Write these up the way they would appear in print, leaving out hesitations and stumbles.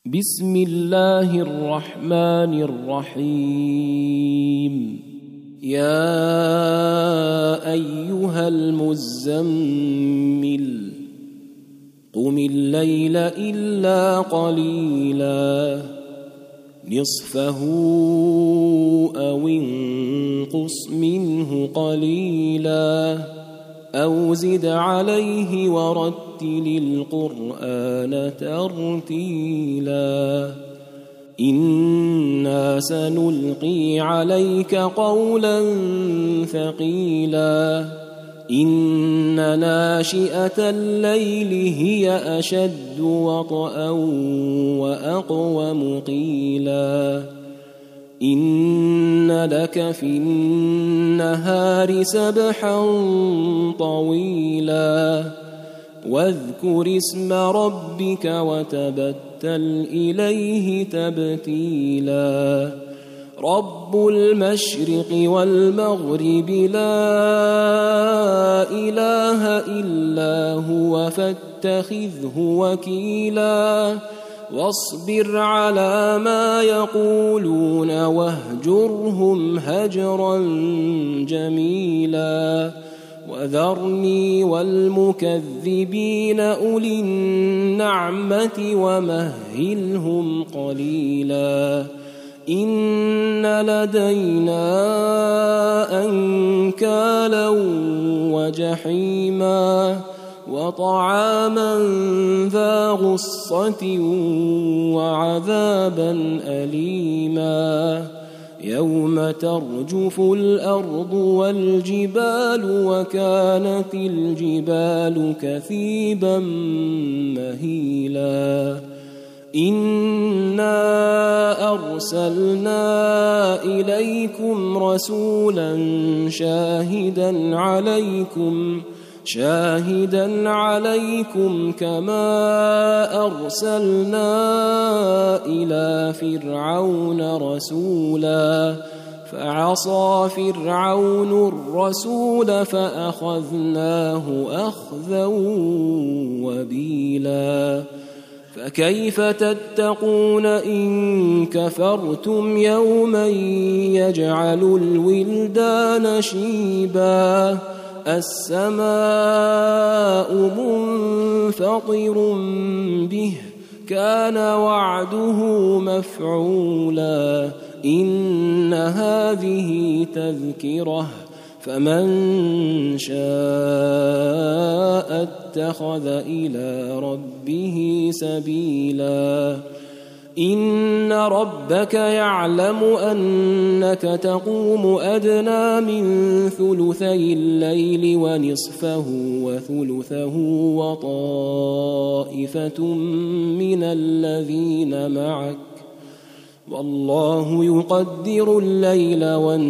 بسم الله الرحمن الرحيم. يا أيها المزمل قم الليل إلا قليلا نصفه أو انقص منه قليلا أو زد عليه ورتل القرآن ترتيلا إنا سنلقي عليك قولا ثقيلا إن ناشئة الليل هي أشد وطئا وأقوم قيلا إن لك في النهار سبحا طويلا واذكر اسم ربك وتبتل إليه تبتيلا رب المشرق والمغرب لا إله إلا هو فاتخذه وكيلا واصبر على ما يقولون واهجرهم هجرا جميلا وذرني والمكذبين أولي النعمة ومهلهم قليلا إن لدينا أنكالا وجحيما وطعاما ذا غصة وعذابا أليما يوم ترجف الأرض والجبال وكانت الجبال كثيبا مهيلا إنا أرسلنا إليكم رسولا شاهدا عليكم كما أرسلنا إلى فرعون رسولا فعصى فرعون الرسول فأخذناه أخذا وبيلا فكيف تتقون إن كفرتم يوما يجعل الولدان شيبا السماء منفطر به كان وعده مفعولا إن هذه تذكرة فمن شاء اتخذ إلى ربه سبيلا إن ربك يعلم أنك تقوم أدنى من ثلثي الليل ونصفه وثلثه وطائفة من الذين معك والله يقدر الليل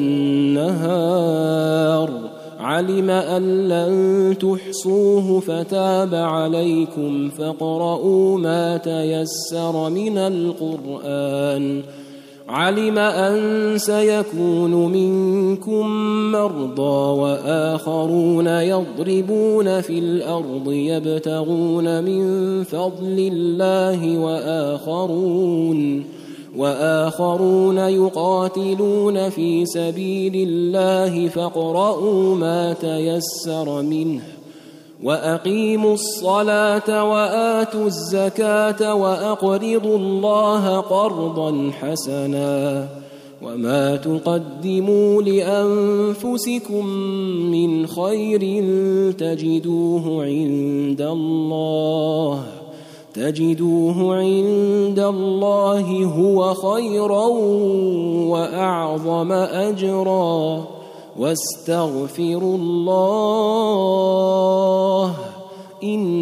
والنهار علم أن لن تحصوه فتاب عليكم فاقرؤوا ما تيسر من القرآن علم أن سيكون منكم مرضى وآخرون يضربون في الأرض يبتغون من فضل الله وآخرون يقاتلون في سبيل الله فاقرؤوا ما تيسر منه وأقيموا الصلاة وآتوا الزكاة وأقرضوا الله قرضا حسنا وما تقدموا لأنفسكم من خير تجدوه عند الله هو خيرا وأعظم أجرا واستغفروا الله إن